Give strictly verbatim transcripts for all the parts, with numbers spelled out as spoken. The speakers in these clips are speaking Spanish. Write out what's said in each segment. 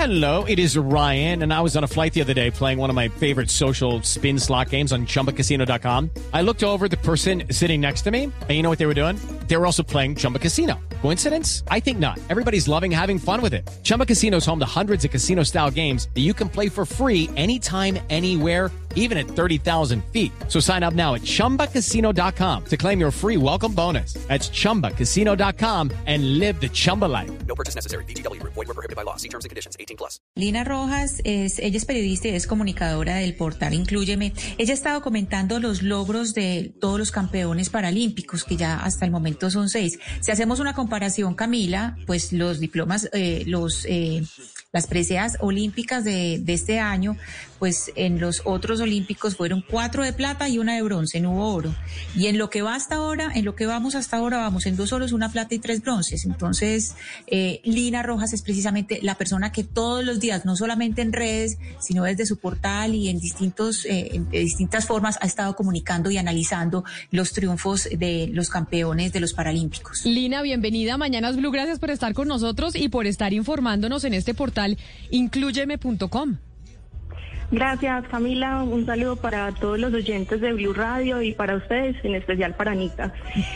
Hello, it is Ryan, and I was on a flight the other day playing one of my favorite social spin slot games on Chumba Casino dot com. I looked over at the person sitting next to me, and you know what they were doing? They were also playing Chumba Casino. Coincidence? I think not. Everybody's loving having fun with it. Chumba Casino is home to hundreds of casino-style games that you can play for free anytime, anywhere, even at thirty thousand feet. So sign up now at Chumba Casino dot com to claim your free welcome bonus. That's Chumba Casino dot com and live the Chumba life. No purchase necessary. V G W. Void where prohibited by law. See terms and conditions. eighteen plus. Lina Rojas, es, ella es periodista y es comunicadora del portal Inclúyeme. Ella ha estado comentando los logros de todos los campeones paralímpicos, que ya hasta el momento son seis. Si hacemos una comparación, Camila, pues los diplomas, eh, los eh, las preseas olímpicas de, de este año, pues en los otros olímpicos fueron cuatro de plata y una de bronce, no hubo oro. Y en lo que va hasta ahora, en lo que vamos hasta ahora, vamos en dos oros, una plata y tres bronces. Entonces, eh, Lina Rojas es precisamente la persona que todos los días, no solamente en redes, sino desde su portal y en distintos, eh, en, de distintas formas, ha estado comunicando y analizando los triunfos de los campeones de los Paralímpicos. Lina, bienvenida a Mañanas Blue. Gracias por estar con nosotros y por estar informándonos en este portal inclúyeme punto com. Gracias, Camila. Un saludo para todos los oyentes de Blue Radio y para ustedes, en especial para Anita.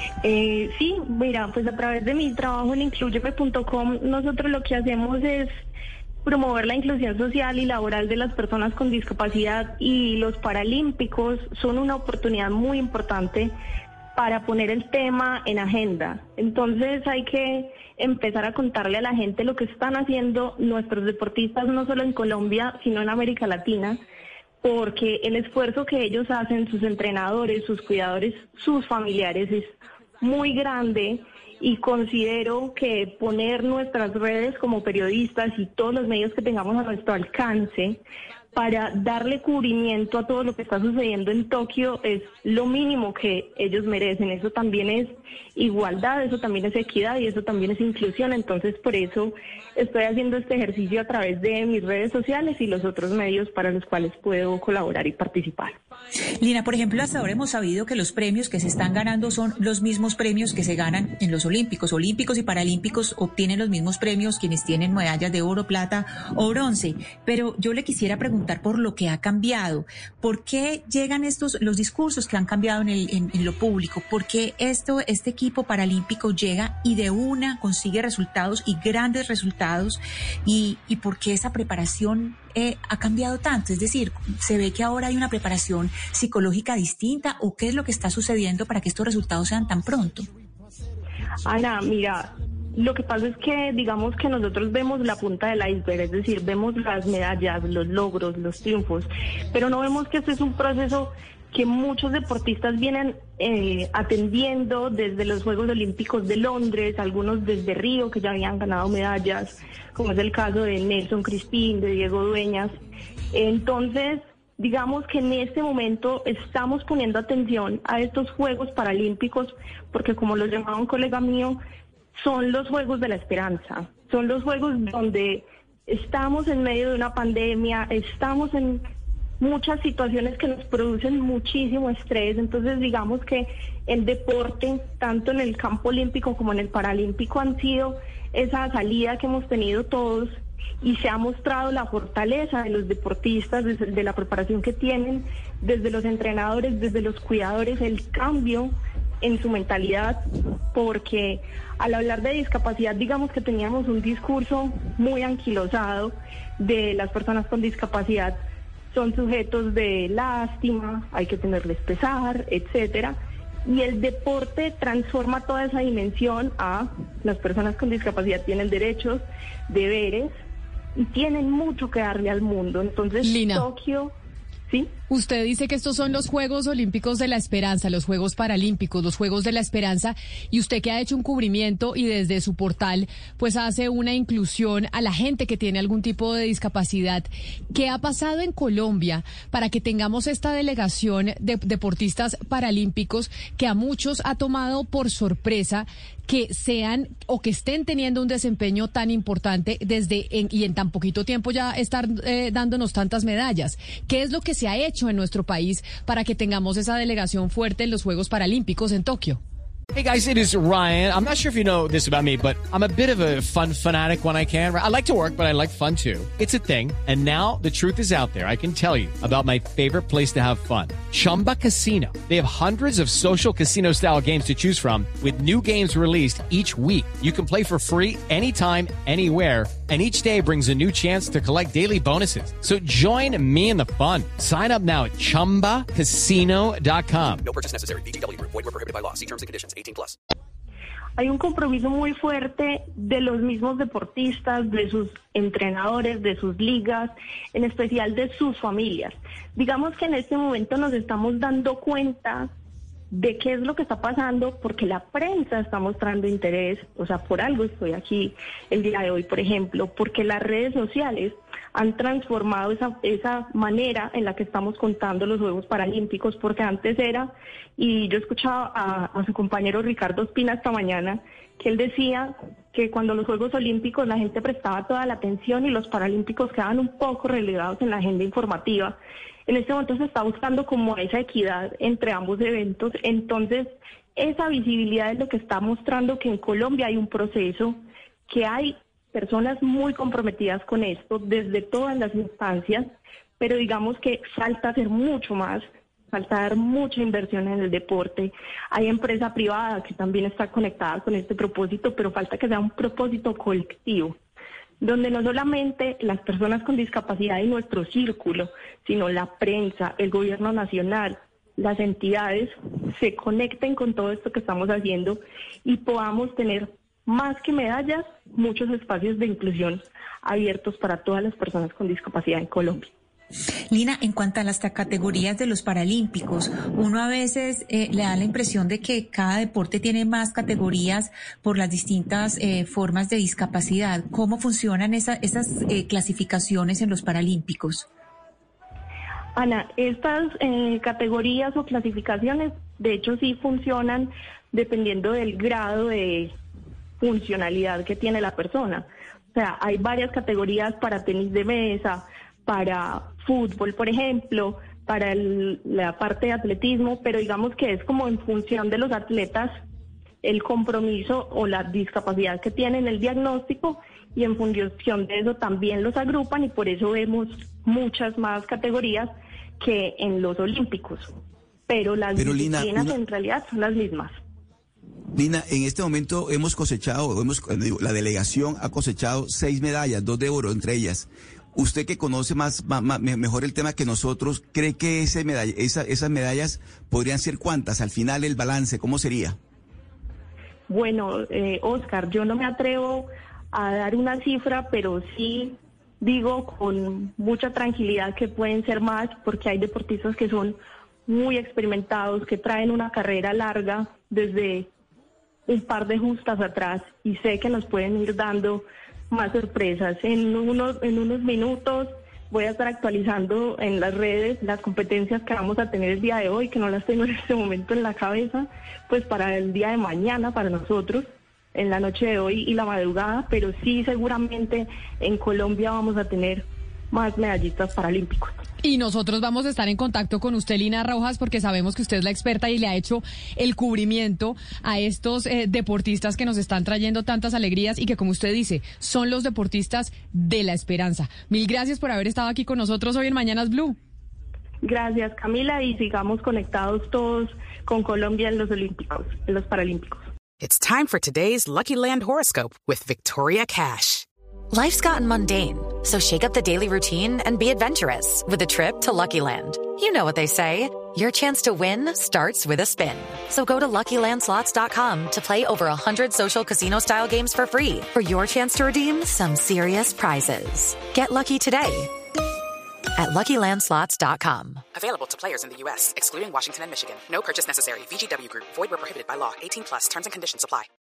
Eh, sí, mira, pues a través de mi trabajo en inclúyeme punto com, nosotros lo que hacemos es promover la inclusión social y laboral de las personas con discapacidad, y los Paralímpicos son una oportunidad muy importante para poner el tema en agenda. Entonces hay que empezar a contarle a la gente lo que están haciendo nuestros deportistas, no solo en Colombia, sino en América Latina, porque el esfuerzo que ellos hacen, sus entrenadores, sus cuidadores, sus familiares, es muy grande, y considero que poner nuestras redes como periodistas y todos los medios que tengamos a nuestro alcance para darle cubrimiento a todo lo que está sucediendo en Tokio es lo mínimo que ellos merecen. Eso también es igualdad, eso también es equidad y eso también es inclusión. Entonces, por eso estoy haciendo este ejercicio a través de mis redes sociales y los otros medios para los cuales puedo colaborar y participar. Lina, por ejemplo, hasta ahora hemos sabido que los premios que se están ganando son los mismos premios que se ganan en los Olímpicos. Olímpicos y Paralímpicos obtienen los mismos premios quienes tienen medallas de oro, plata o bronce. Pero yo le quisiera preguntar por lo que ha cambiado. ¿Por qué llegan estos, los discursos que han cambiado en, el, en, en lo público? ¿Por qué esto, este equipo paralímpico llega y de una consigue resultados y grandes resultados? ¿Y, y por qué esa preparación eh, ha cambiado tanto? Es decir, ¿se ve que ahora hay una preparación psicológica distinta o qué es lo que está sucediendo para que estos resultados sean tan pronto? Ana, mira, lo que pasa es que digamos que nosotros vemos la punta del iceberg, es decir, vemos las medallas, los logros, los triunfos, pero no vemos que este es un proceso que muchos deportistas vienen eh, atendiendo desde los Juegos Olímpicos de Londres, algunos desde Río que ya habían ganado medallas, como es el caso de Nelson Crispín, de Diego Dueñas. Entonces, digamos que en este momento estamos poniendo atención a estos Juegos Paralímpicos porque, como lo llamaba un colega mío, son los Juegos de la Esperanza, son los Juegos donde estamos en medio de una pandemia, estamos en muchas situaciones que nos producen muchísimo estrés. Entonces, digamos que el deporte, tanto en el campo olímpico como en el paralímpico, han sido esa salida que hemos tenido todos, y se ha mostrado la fortaleza de los deportistas, desde de la preparación que tienen, desde los entrenadores, desde los cuidadores, el cambio en su mentalidad, porque al hablar de discapacidad, digamos que teníamos un discurso muy anquilosado de las personas con discapacidad son sujetos de lástima, hay que tenerles pesar, etcétera. Y el deporte transforma toda esa dimensión a las personas con discapacidad tienen derechos, deberes y tienen mucho que darle al mundo. Entonces, Lina, Tokio, ¿sí? Usted dice que estos son los Juegos Olímpicos de la Esperanza, los Juegos Paralímpicos, los Juegos de la Esperanza, y usted que ha hecho un cubrimiento y desde su portal pues hace una inclusión a la gente que tiene algún tipo de discapacidad. ¿Qué ha pasado en Colombia para que tengamos esta delegación de deportistas paralímpicos que a muchos ha tomado por sorpresa que sean o que estén teniendo un desempeño tan importante desde en, y en tan poquito tiempo ya estar eh, dándonos tantas medallas? ¿Qué es lo que se ha hecho en nuestro país para que tengamos esa delegación fuerte en los Juegos Paralímpicos en Tokio? Hey guys, it is Ryan. I'm not sure if you know this about me, but I'm a bit of a fun fanatic when I can. I like to work, but I like fun too. It's a thing. And now the truth is out there. I can tell you about my favorite place to have fun. Chumba Casino. They have hundreds of social casino style games to choose from with new games released each week. You can play for free anytime, anywhere. And each day brings a new chance to collect daily bonuses. So join me in the fun. Sign up now at chumba casino dot com. No purchase necessary. V G W Group. Void where prohibited by law. See terms and conditions. eighteen plus. Hay un compromiso muy fuerte de los mismos deportistas, de sus entrenadores, de sus ligas, en especial de sus familias. Digamos que en este momento nos estamos dando cuenta de qué es lo que está pasando, porque la prensa está mostrando interés, o sea, por algo estoy aquí el día de hoy, por ejemplo, porque las redes sociales han transformado esa, esa manera en la que estamos contando los Juegos Paralímpicos, porque antes era, y yo escuchaba a, a su compañero Ricardo Espina esta mañana, que él decía que cuando los Juegos Olímpicos la gente prestaba toda la atención y los Paralímpicos quedaban un poco relegados en la agenda informativa. En este momento se está buscando como esa equidad entre ambos eventos, entonces esa visibilidad es lo que está mostrando que en Colombia hay un proceso, que hay personas muy comprometidas con esto desde todas las instancias, pero digamos que falta hacer mucho más, falta dar mucha inversión en el deporte. Hay empresa privada que también está conectada con este propósito, pero falta que sea un propósito colectivo, donde no solamente las personas con discapacidad y nuestro círculo, sino la prensa, el gobierno nacional, las entidades se conecten con todo esto que estamos haciendo y podamos tener más que medallas, muchos espacios de inclusión abiertos para todas las personas con discapacidad en Colombia. Lina, en cuanto a las categorías de los Paralímpicos, uno a veces eh, le da la impresión de que cada deporte tiene más categorías por las distintas eh, formas de discapacidad. ¿Cómo funcionan esa, esas eh, clasificaciones en los Paralímpicos? Ana, estas eh, categorías o clasificaciones, de hecho, sí funcionan dependiendo del grado de funcionalidad que tiene la persona. O sea, hay varias categorías para tenis de mesa, para fútbol, por ejemplo, para el, la parte de atletismo, pero digamos que es como en función de los atletas el compromiso o la discapacidad que tienen, el diagnóstico, y en función de eso también los agrupan, y por eso vemos muchas más categorías que en los Olímpicos, pero las pero, disciplinas Lina, una... en realidad son las mismas. Lina, en este momento hemos cosechado, hemos, la delegación ha cosechado seis medallas, dos de oro entre ellas. Usted que conoce más, más, más mejor el tema que nosotros, ¿cree que ese medalla, esa, esas medallas podrían ser cuántas? Al final el balance, ¿cómo sería? Bueno, eh, Oscar, yo no me atrevo a dar una cifra, pero sí digo con mucha tranquilidad que pueden ser más, porque hay deportistas que son muy experimentados, que traen una carrera larga desde un par de justas atrás, y sé que nos pueden ir dando más sorpresas. En unos, en unos minutos voy a estar actualizando en las redes las competencias que vamos a tener el día de hoy, que no las tengo en este momento en la cabeza, pues para el día de mañana, para nosotros, en la noche de hoy y la madrugada, pero sí seguramente en Colombia vamos a tener más medallistas paralímpicos. Y nosotros vamos a estar en contacto con usted, Lina Rojas, porque sabemos que usted es la experta y le ha hecho el cubrimiento a estos eh, deportistas que nos están trayendo tantas alegrías y que, como usted dice, son los deportistas de la esperanza. Mil gracias por haber estado aquí con nosotros hoy en Mañanas Blue. Gracias, Camila, y sigamos conectados todos con Colombia en los Olímpicos, en los Paralímpicos. It's time for today's Lucky Land horoscope with Victoria Cash. Life's gotten mundane, so shake up the daily routine and be adventurous with a trip to Lucky Land. You know what they say, your chance to win starts with a spin. So go to Lucky Land Slots dot com to play over one hundred social casino-style games for free for your chance to redeem some serious prizes. Get lucky today at Lucky Land Slots dot com. Available to players in the U S, excluding Washington and Michigan. No purchase necessary. V G W Group. Void where prohibited by law. eighteen plus. Terms and conditions apply.